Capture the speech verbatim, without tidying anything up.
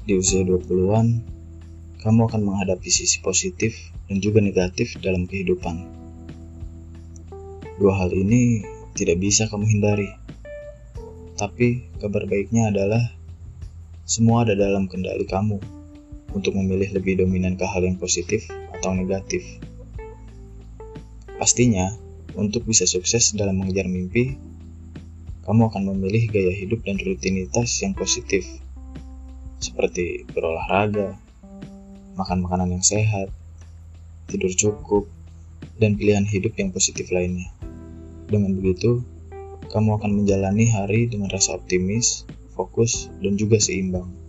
Di usia dua puluhan, kamu akan menghadapi sisi positif dan juga negatif dalam kehidupan. Dua hal ini tidak bisa kamu hindari. Tapi kabar baiknya adalah semua ada dalam kendali kamu untuk memilih lebih dominan ke hal yang positif atau negatif. Pastinya, untuk bisa sukses dalam mengejar mimpi, kamu akan memilih gaya hidup dan rutinitas yang positif, seperti berolahraga, makan makanan yang sehat, tidur cukup, dan pilihan hidup yang positif lainnya. Dengan begitu, kamu akan menjalani hari dengan rasa optimis, fokus, dan juga seimbang.